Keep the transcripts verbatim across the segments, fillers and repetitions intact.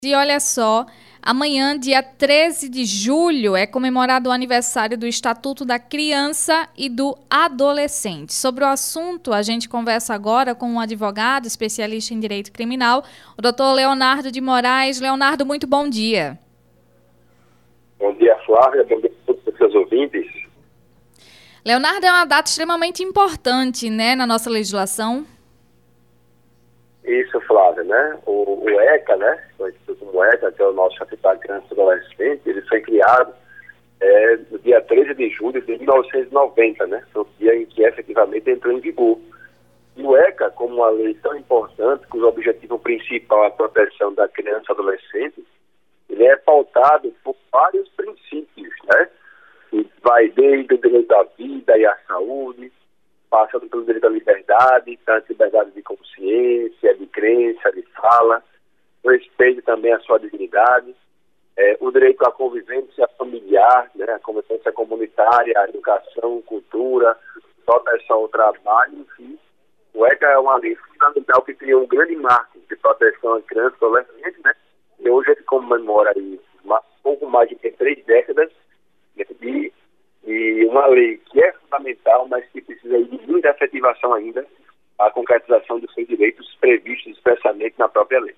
E olha só, amanhã, dia treze de julho, é comemorado o aniversário do Estatuto da Criança e do Adolescente. Sobre o assunto, a gente conversa agora com um advogado especialista em direito criminal, o doutor Leonardo de Moraes. Leonardo, muito bom dia. Bom dia, Flávia. Bom dia a todos os seus ouvintes. Leonardo, é uma data extremamente importante, né, na nossa legislação. Isso, Flávia, né? O, o ECA, né? O Instituto como ECA, que é o nosso Estatuto da Criança e Adolescente, ele foi criado é, no dia treze de julho de mil novecentos e noventa, né? Foi o dia em que efetivamente entrou em vigor. E o ECA, como uma lei tão importante, cujo objetivo principal é a proteção da criança e adolescente, ele é pautado por vários princípios, né? E vai desde o direito à vida e à saúde, passando pelo direito à liberdade, tanto liberdade de consciência, de crença, de fala, o respeito também à sua dignidade, é, o direito à convivência familiar, né, a convivência comunitária, a educação, cultura, proteção ao trabalho, enfim. O ECA é uma lei fundamental que cria um grande marco de proteção à criança e adolescente, né? E hoje ele comemora aí uma, pouco mais de três décadas, né, de E uma lei que é fundamental, mas que precisa de muita efetivação ainda, a concretização dos seus direitos previstos expressamente na própria lei.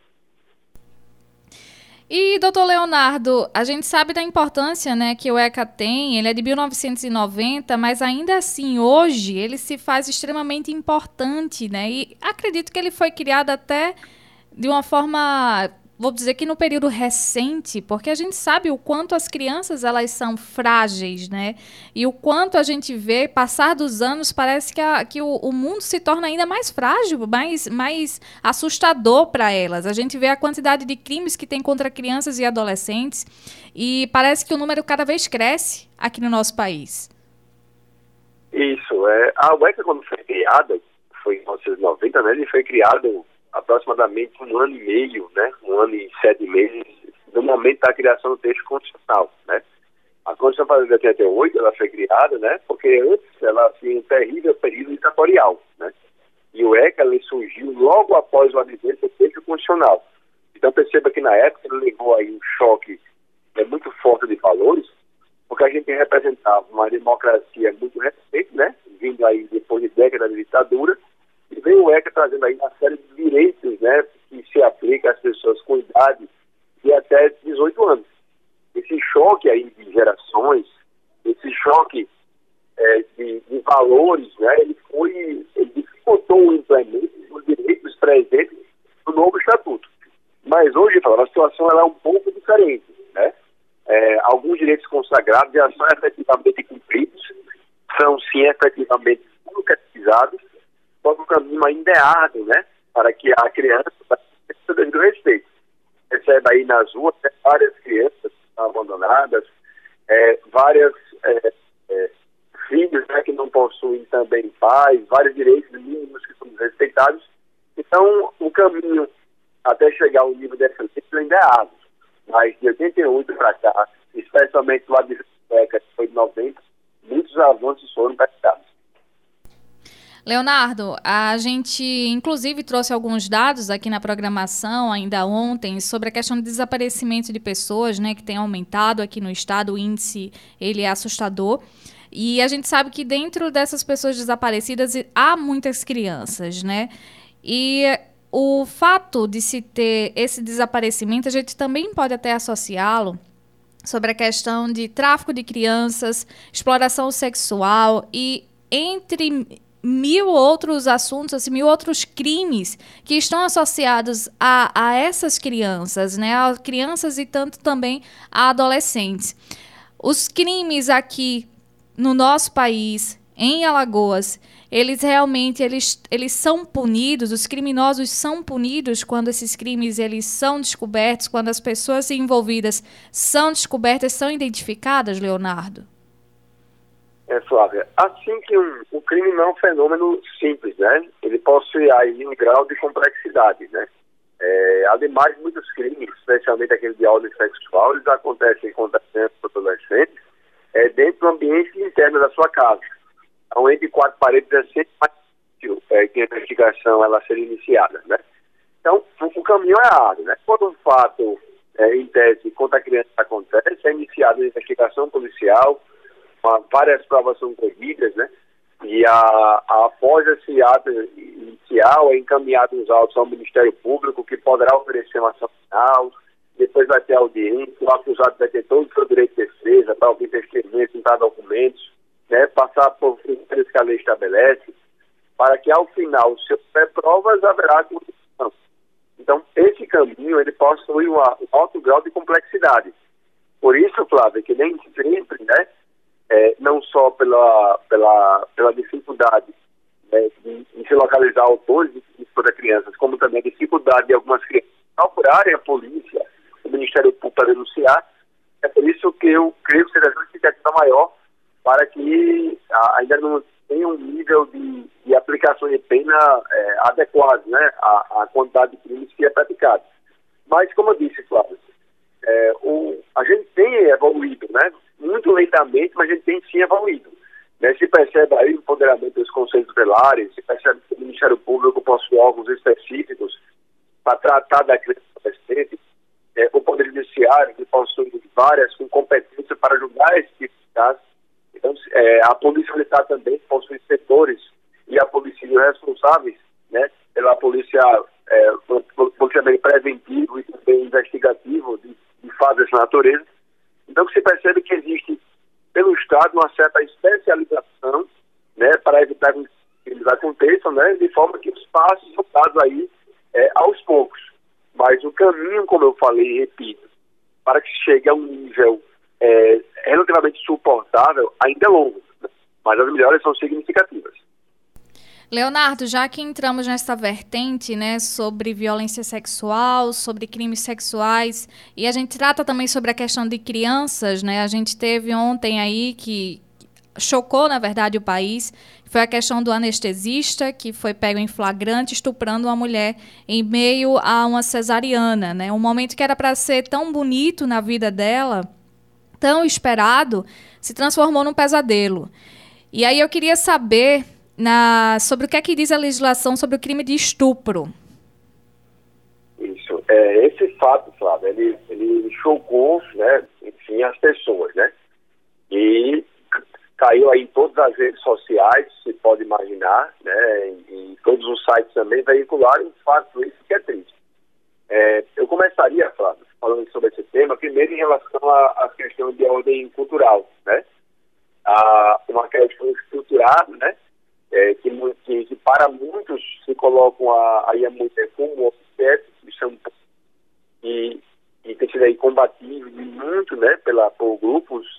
E, doutor Leonardo, a gente sabe da importância, né, que o ECA tem. Ele é de mil novecentos e noventa, mas ainda assim, hoje, ele se faz extremamente importante, né? E acredito que ele foi criado até de uma forma, vou dizer que no período recente, porque a gente sabe o quanto as crianças elas são frágeis, né? E o quanto a gente vê, passar dos anos, parece que, a, que o, o mundo se torna ainda mais frágil, mais, mais assustador para elas. A gente vê a quantidade de crimes que tem contra crianças e adolescentes e parece que o número cada vez cresce aqui no nosso país. Isso, é, a U E C A, quando foi criada, foi em mil novecentos e noventa, né? Ele foi criado aproximadamente um ano e meio, né, um ano e sete meses, no momento da criação do texto constitucional, né. A Constituição Federal de oitenta e oito, ela foi criada, né, porque antes ela tinha um terrível período ditatorial, né, e o ECA, ele surgiu logo após o advento do texto constitucional. Então perceba que na época ele levou aí um choque é, muito forte de valores, porque a gente representava uma democracia muito recente, né, vindo aí depois de décadas de ditadura, e veio o ECA trazendo aí uma série de direitos, né, que se aplica às pessoas com idade de até dezoito anos. Esse choque aí de gerações, esse choque é, de, de valores, né, ele foi, ele dificultou o implemento dos direitos presentes do novo estatuto. Mas hoje, a situação ela é um pouco diferente, né? É, alguns direitos consagrados já são efetivamente cumpridos, são sim efetivamente concretizados, só que o caminho ainda é árduo, né, para que a criança tenha o respeito. Recebe aí nas ruas, né, várias crianças que estão abandonadas, é, várias é, é, filhos, né, que não possuem também pais, vários direitos mínimos que são desrespeitados. Então, o caminho até chegar ao nível dessa lei ainda é árduo. Mas de oitenta e oito para cá, especialmente lá de ECA, que foi de noventa, muitos avanços foram praticados. Leonardo, a gente inclusive trouxe alguns dados aqui na programação ainda ontem sobre a questão do desaparecimento de pessoas, né, que tem aumentado aqui no estado. O índice ele é assustador e a gente sabe que dentro dessas pessoas desaparecidas há muitas crianças, né? E o fato de se ter esse desaparecimento, a gente também pode até associá-lo sobre a questão de tráfico de crianças, exploração sexual e entre mil outros assuntos, assim, mil outros crimes que estão associados a, a essas crianças, né? A crianças e tanto também a adolescentes. Os crimes aqui no nosso país, em Alagoas, eles realmente eles, eles são punidos, os criminosos são punidos quando esses crimes eles são descobertos, quando as pessoas envolvidas são descobertas, são identificadas, Leonardo? É, Flávia, assim que um, o crime não é um fenômeno simples, né? Ele possui aí um grau de complexidade, né? É, ademais, muitos crimes, especialmente aquele de ordem sexual, eles acontecem contra crianças e adolescentes é, dentro do ambiente interno da sua casa. Então, entre quatro paredes é sempre mais difícil é, que a investigação ela seja iniciada, né? Então, o, o caminho é árduo, né? Quando um fato é, em tese, contra a criança acontece, é iniciada a investigação policial, uma, várias provas são colhidas, né? E a, a, após esse ato inicial, é encaminhado os autos ao Ministério Público, que poderá oferecer uma ação penal, depois vai ter audiência, o acusado vai ter todo o seu direito de defesa, para ouvir testemunhas, juntar documentos, né, passar por critérios que a lei estabelece, para que ao final, se houver provas, haverá condenação. Então, esse caminho, ele possui uma, um alto grau de complexidade. Por isso, Flávio, que nem sempre, né, é, não só pela, pela, pela dificuldade, né, de, de se localizar autores de estupro de crianças, como também a dificuldade de algumas crianças procurarem a polícia, o Ministério Público para denunciar, é por isso que eu creio que seja a justificativa maior para que a, ainda não tenha um nível de, de aplicação de pena é, adequado, né, à, à quantidade de crimes que é praticado. Mas, como eu disse, Flávio, é, o, a gente tem evoluído, né, muito lentamente, mas a gente tem sim evoluído. Né, se percebe aí o empoderamento dos conselhos tutelares, se percebe que o Ministério Público possui órgãos específicos para tratar da criança e adolescente, é, o Poder Judiciário, que possui várias com competência para julgar esse tipo de casos. Então, é, a Polícia Militar também possui setores e a polícia responsáveis, né, pela polícia, é, policiamento preventivo e também investigativo de, de fases dessa natureza. Então, se percebe que existe, pelo Estado, uma certa especialização, né, para evitar que eles aconteçam, né, de forma que os passos são dados aí é, aos poucos. Mas o caminho, como eu falei e repito, para que chegue a um nível é, relativamente suportável, ainda é longo, né? Mas as melhorias são significativas. Leonardo, já que entramos nessa vertente, né, sobre violência sexual, sobre crimes sexuais, e a gente trata também sobre a questão de crianças, né, a gente teve ontem aí que chocou, na verdade, o país, foi a questão do anestesista que foi pego em flagrante estuprando uma mulher em meio a uma cesariana, né? Um momento que era para ser tão bonito na vida dela, tão esperado, se transformou num pesadelo. E aí eu queria saber na, sobre o que é que diz a legislação sobre o crime de estupro. Isso. É, esse fato, Flávio, ele, ele chocou, né, enfim, as pessoas, né? E caiu aí em todas as redes sociais, se pode imaginar, né, e todos os sites também veicularam um fato isso que é triste. É, eu começaria, Flávio, falando sobre esse tema, primeiro em relação à questão de ordem cultural, né, a, uma questão estruturada, né, é, que, que, que para muitos se colocam a, aí a mulher como objeto, e, e tem sido aí combatido muito, né, pela, por grupos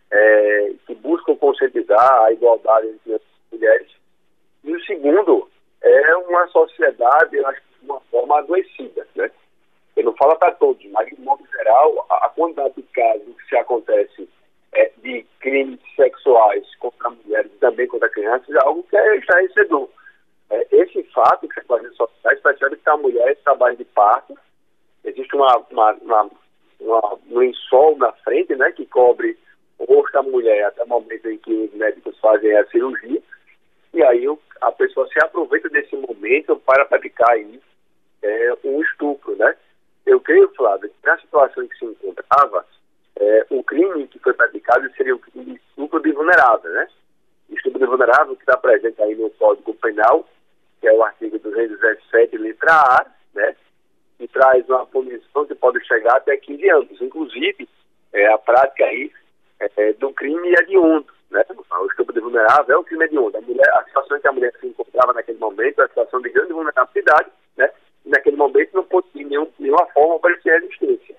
É, que buscam conscientizar a igualdade entre as mulheres. E o segundo é uma sociedade, eu acho, de uma forma adoecida, né? Eu não falo para todos, mas de modo geral, a, a quantidade de casos que se acontece é, de crimes sexuais contra mulheres e também contra crianças é algo que é estarrecedor. É, esse fato que se faz nas sociedades percebe que a mulher trabalha de parto, existe uma, uma, uma, uma, um lençol na frente, né, que cobre o rosto da mulher até o momento em que os médicos fazem a cirurgia, e aí a pessoa se aproveita desse momento para praticar aí, é, um estupro, né? Eu creio, Flávio, que na situação em que se encontrava, é, o crime que foi praticado seria o crime de estupro de vulnerável, né? Estupro de vulnerável que está presente aí no Código Penal, que é o artigo duzentos e dezessete, letra A, né? E traz uma punição que pode chegar até quinze anos. Inclusive, é, a prática aí É, do crime hediondo, né? O estupro de vulnerável é o crime hediondo. A mulher, a situação em que a mulher se encontrava naquele momento é uma situação de grande vulnerabilidade, né? E naquele momento não podia de nenhum, nenhuma forma oferecer resistência.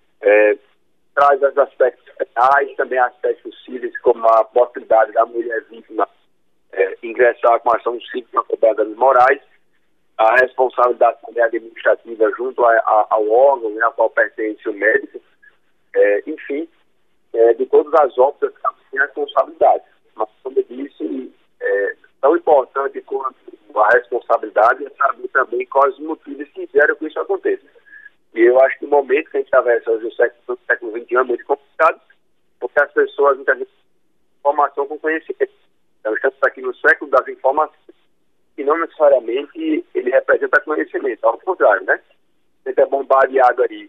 É, traz os aspectos penais, também aspectos cíveis, como a possibilidade da mulher vítima é, ingressar com ação civil na cobrada danos morais, a responsabilidade também administrativa junto a, a, ao órgão, né, a qual pertence o médico, é, enfim, É, de todas as óbitas que têm responsabilidade. Mas, como eu disse, é, tão importante quanto a responsabilidade é saber também quais os motivos que fizeram que isso aconteça. E eu acho que o momento que a gente atravessa hoje, o século, o século vinte e um, é muito complicado, porque as pessoas muitas vezes têm informação com conhecimento. Então, estamos aqui no século das informações, e não necessariamente ele representa conhecimento, ao contrário, né? A gente é bombardeado aí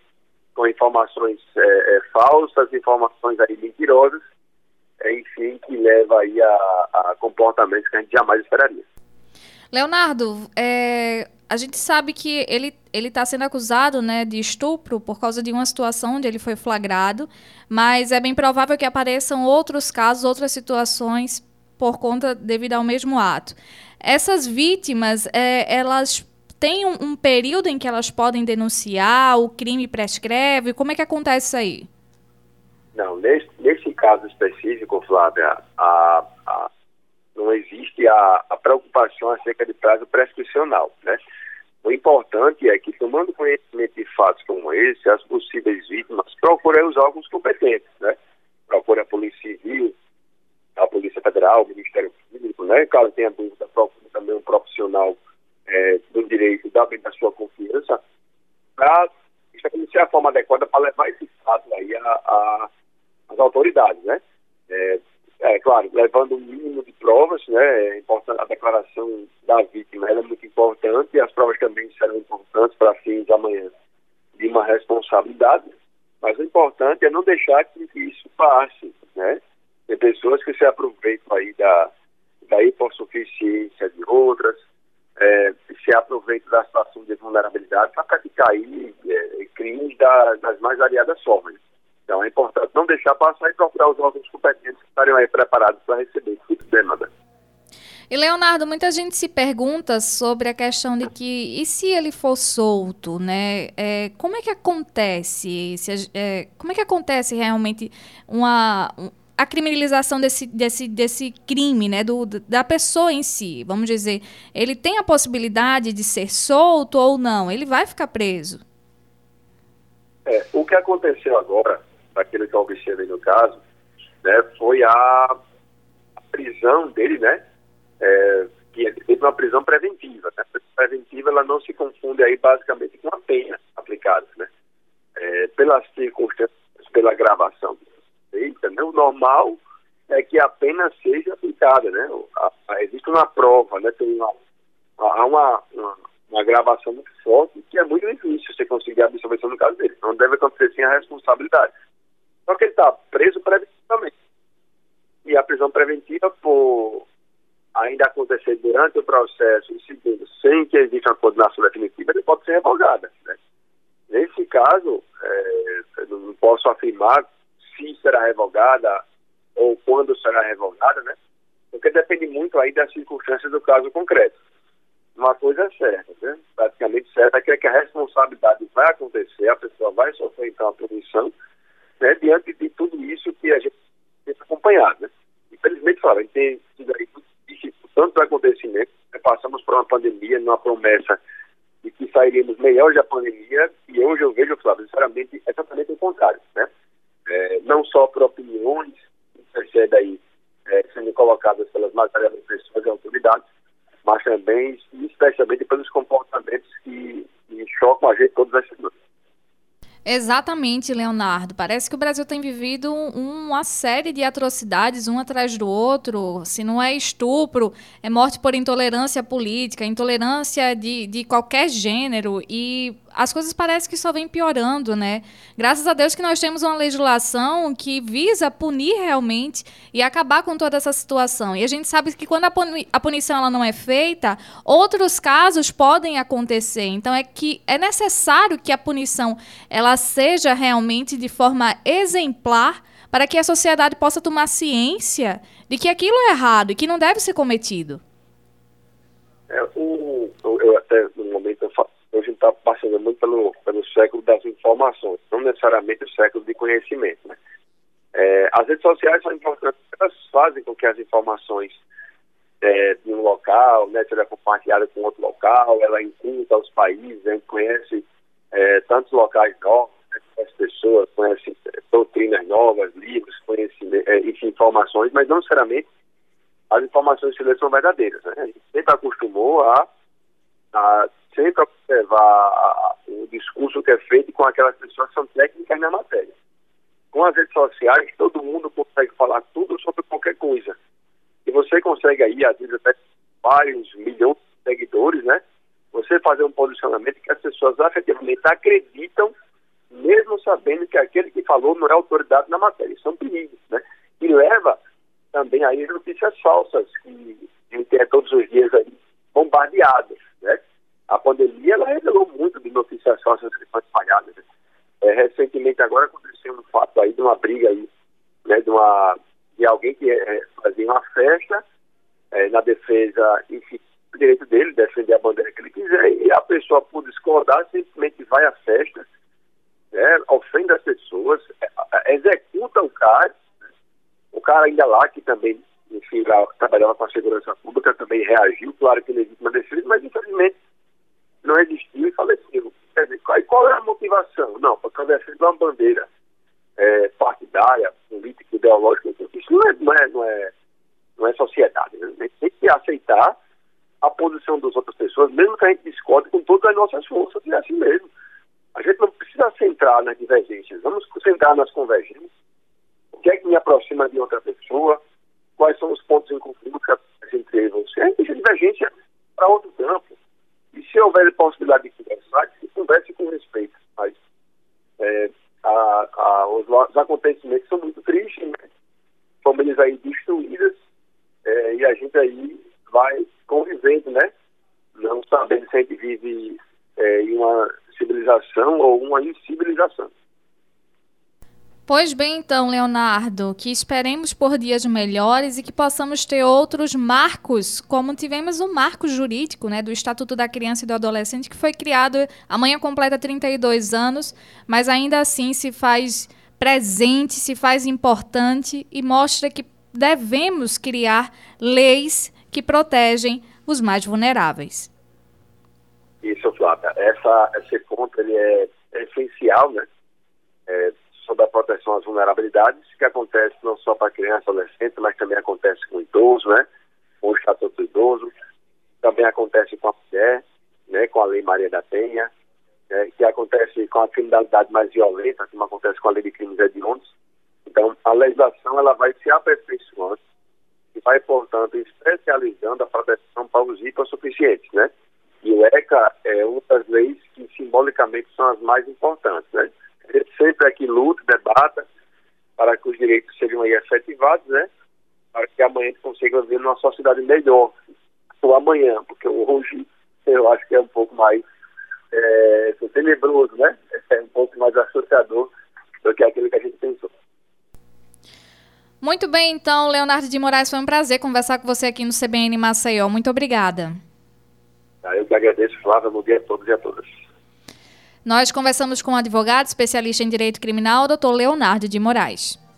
com informações é, é, falsas, informações aí mentirosas, é, enfim, que leva aí a, a comportamentos que a gente jamais esperaria. Leonardo, é, a gente sabe que ele ele está sendo acusado, né, de estupro por causa de uma situação onde ele foi flagrado, mas é bem provável que apareçam outros casos, outras situações por conta devido ao mesmo ato. Essas vítimas, é, elas têm um, um período em que elas podem denunciar, o crime prescreve, como é que acontece isso aí? Não, nesse, nesse caso específico, Flávia, a, a, não existe a, a preocupação acerca de prazo prescricional, né? O importante é que, tomando conhecimento de fatos como esse, as possíveis vítimas procurem os órgãos competentes, né? Procure a Polícia Civil, a Polícia Federal, o Ministério Público, né? Caso tenha dúvida, procure também um profissional é, do direito, da bem da sua confiança, para estabelecer a forma adequada para levar esse fato aí a, a, às autoridades, né? É, é claro, levando o mínimo de provas, né? É importante, a declaração da vítima ela é muito importante e as provas também serão importantes para fins amanhã de uma responsabilidade, mas o importante é não deixar que isso passe, né? Tem pessoas que se aproveitam aí da, da hipossuficiência de outras, é, se aproveitam da situação de vulnerabilidade para praticar aí é, crimes da, das mais variadas formas. Então é importante não deixar passar e procurar os órgãos competentes que estariam aí preparados para receber esse tipo de demanda. E, Leonardo, muita gente se pergunta sobre a questão de que, e se ele for solto, né? É, como é que acontece? Se, é, como é que acontece realmente uma, a criminalização desse, desse, desse crime, né? Do, da pessoa em si, vamos dizer. Ele tem a possibilidade de ser solto ou não? Ele vai ficar preso? É, o que aconteceu agora, daquele que eu observei no caso, né, foi a, a prisão dele, né? É, que ele teve uma prisão preventiva, né? A prisão preventiva ela não se confunde aí basicamente com a pena aplicada, né? É, pelas circunstâncias, pela gravação feita, né? O normal é que a pena seja aplicada, né? A, a, existe uma prova, né? Tem uma, há uma, uma, uma gravação muito forte que é muito difícil você conseguir a absolvição no caso dele. Não deve acontecer sem a responsabilidade. Só que ele está preso preventivamente. E a prisão preventiva, por ainda acontecer durante o processo, segundo, sem que exista uma condenação definitiva, ele pode ser revogada, né? Nesse caso, é, eu não posso afirmar se será revogada ou quando será revogada, né? Porque depende muito aí das circunstâncias do caso concreto. Uma coisa é certa, né? Praticamente certa é que a responsabilidade vai acontecer, a pessoa vai sofrer então a punição, né? Diante de tudo isso que a gente tem acompanhado, né? Infelizmente, fala, a gente tem sido aí tantos acontecimentos, né? Passamos por uma pandemia, numa promessa de que sairíamos melhores da pandemia, e hoje eu vejo, Flávio, sinceramente, exatamente o contrário, né? É, não só por opiniões que percebe aí é, sendo colocadas pelas mais variadas pessoas e autoridades, mas também, especialmente, pelos comportamentos que, que chocam a gente todas as semanas. Exatamente, Leonardo. Parece que o Brasil tem vivido uma série de atrocidades, um atrás do outro. Se não é estupro, é morte por intolerância política, intolerância de, de qualquer gênero. E as coisas parecem que só vêm piorando, né? Graças a Deus que nós temos uma legislação que visa punir realmente e acabar com toda essa situação. E a gente sabe que quando a, puni- a punição ela não é feita, outros casos podem acontecer. Então é que é necessário que a punição ela seja realmente de forma exemplar para que a sociedade possa tomar ciência de que aquilo é errado e que não deve ser cometido. É, o, eu até, no momento, eu falo, hoje a gente está passando muito pelo, pelo século das informações, não necessariamente o século de conhecimento, né? É, as redes sociais são importantes, elas fazem com que as informações é, de um local, né, seja compartilhada com outro local, ela encurta os países, a gente conhece é, tantos locais novos, né, as pessoas conhecem doutrinas novas, livros, conhecem, é, enfim, informações, mas não necessariamente as informações que são verdadeiras, né? A gente sempre acostumou a, a sempre observar a, o discurso que é feito com aquelas pessoas que são técnicas na matéria. Com as redes sociais, todo mundo consegue falar tudo sobre qualquer coisa. E você consegue aí, às vezes, até vários milhões de seguidores, né? Você fazer um posicionamento que as pessoas efetivamente acreditam mesmo sabendo que aquele que falou não é autoridade na matéria. Isso é um perigo, né? E leva também aí notícias falsas, que a gente é todos os dias aí bombardeadas, né? A pandemia, ela revelou muito de notícias falsas que foram espalhadas. Né? É, recentemente agora aconteceu um fato aí de uma briga aí, né? De, uma, de alguém que é, fazia uma festa é, na defesa, enfim, do direito dele, defender a bandeira que ele quiser, e a pessoa, por discordar, simplesmente vai à festa, né? Ofende as pessoas, é, executa o cara. O cara ainda lá, que também, enfim, lá, trabalhava com a segurança pública, também reagiu, claro que legítima defesa, mas infelizmente não existiu e faleceu. Quer dizer, qual, qual é a motivação? Não, porque defende uma bandeira é, partidária, política, ideológica, isso não é, não é, não é, não é sociedade. Né? A gente tem que aceitar a posição das outras pessoas, mesmo que a gente discorde com todas as nossas forças, e é assim mesmo. A gente não precisa centrar nas divergências, vamos centrar nas convergências. O que é que me aproxima de outra pessoa? Quais são os pontos em conflito que aparecem entre você? A gente deixa divergência para outro campo. E se houver possibilidade de conversar, que se converse com respeito. Mas é, a, a, os, os acontecimentos são muito tristes, né? Famílias aí destruídas, é, e a gente aí vai convivendo, né? Não sabendo se a gente vive é, em uma civilização ou uma incivilização. Pois bem, então, Leonardo, que esperemos por dias melhores e que possamos ter outros marcos, como tivemos o marco jurídico, né, do Estatuto da Criança e do Adolescente, que foi criado, amanhã completa trinta e dois anos, mas ainda assim se faz presente, se faz importante e mostra que devemos criar leis que protegem os mais vulneráveis. Isso, Flávia. Essa, esse ponto ele é, é essencial, né? É, sobre a proteção às vulnerabilidades, que acontece não só para criança e adolescente, mas também acontece com o idoso, né? Com o Estatuto do Idoso, também acontece com a mulher, né? Com a Lei Maria da Penha, né? Que acontece com a criminalidade mais violenta, como acontece com a Lei de Crimes Hediondos. Então, a legislação ela vai se aperfeiçoando e vai, portanto, especializando a proteção para os hipossuficientes, né? E o ECA é uma das leis que simbolicamente são as mais importantes, né? A gente sempre aqui luta, debata para que os direitos sejam aí efetivados, né? Para que amanhã a gente consiga viver numa sociedade melhor, ou amanhã, porque hoje eu acho que é um pouco mais é, tenebroso, né? É um pouco mais assustador do que aquilo que a gente pensou. Muito bem, então, Leonardo de Moraes, foi um prazer conversar com você aqui no C B N Maceió. Muito obrigada. Eu que agradeço, Flávia. Bom dia a todos e a todas. Nós conversamos com o advogado especialista em direito criminal, doutor Leonardo de Moraes.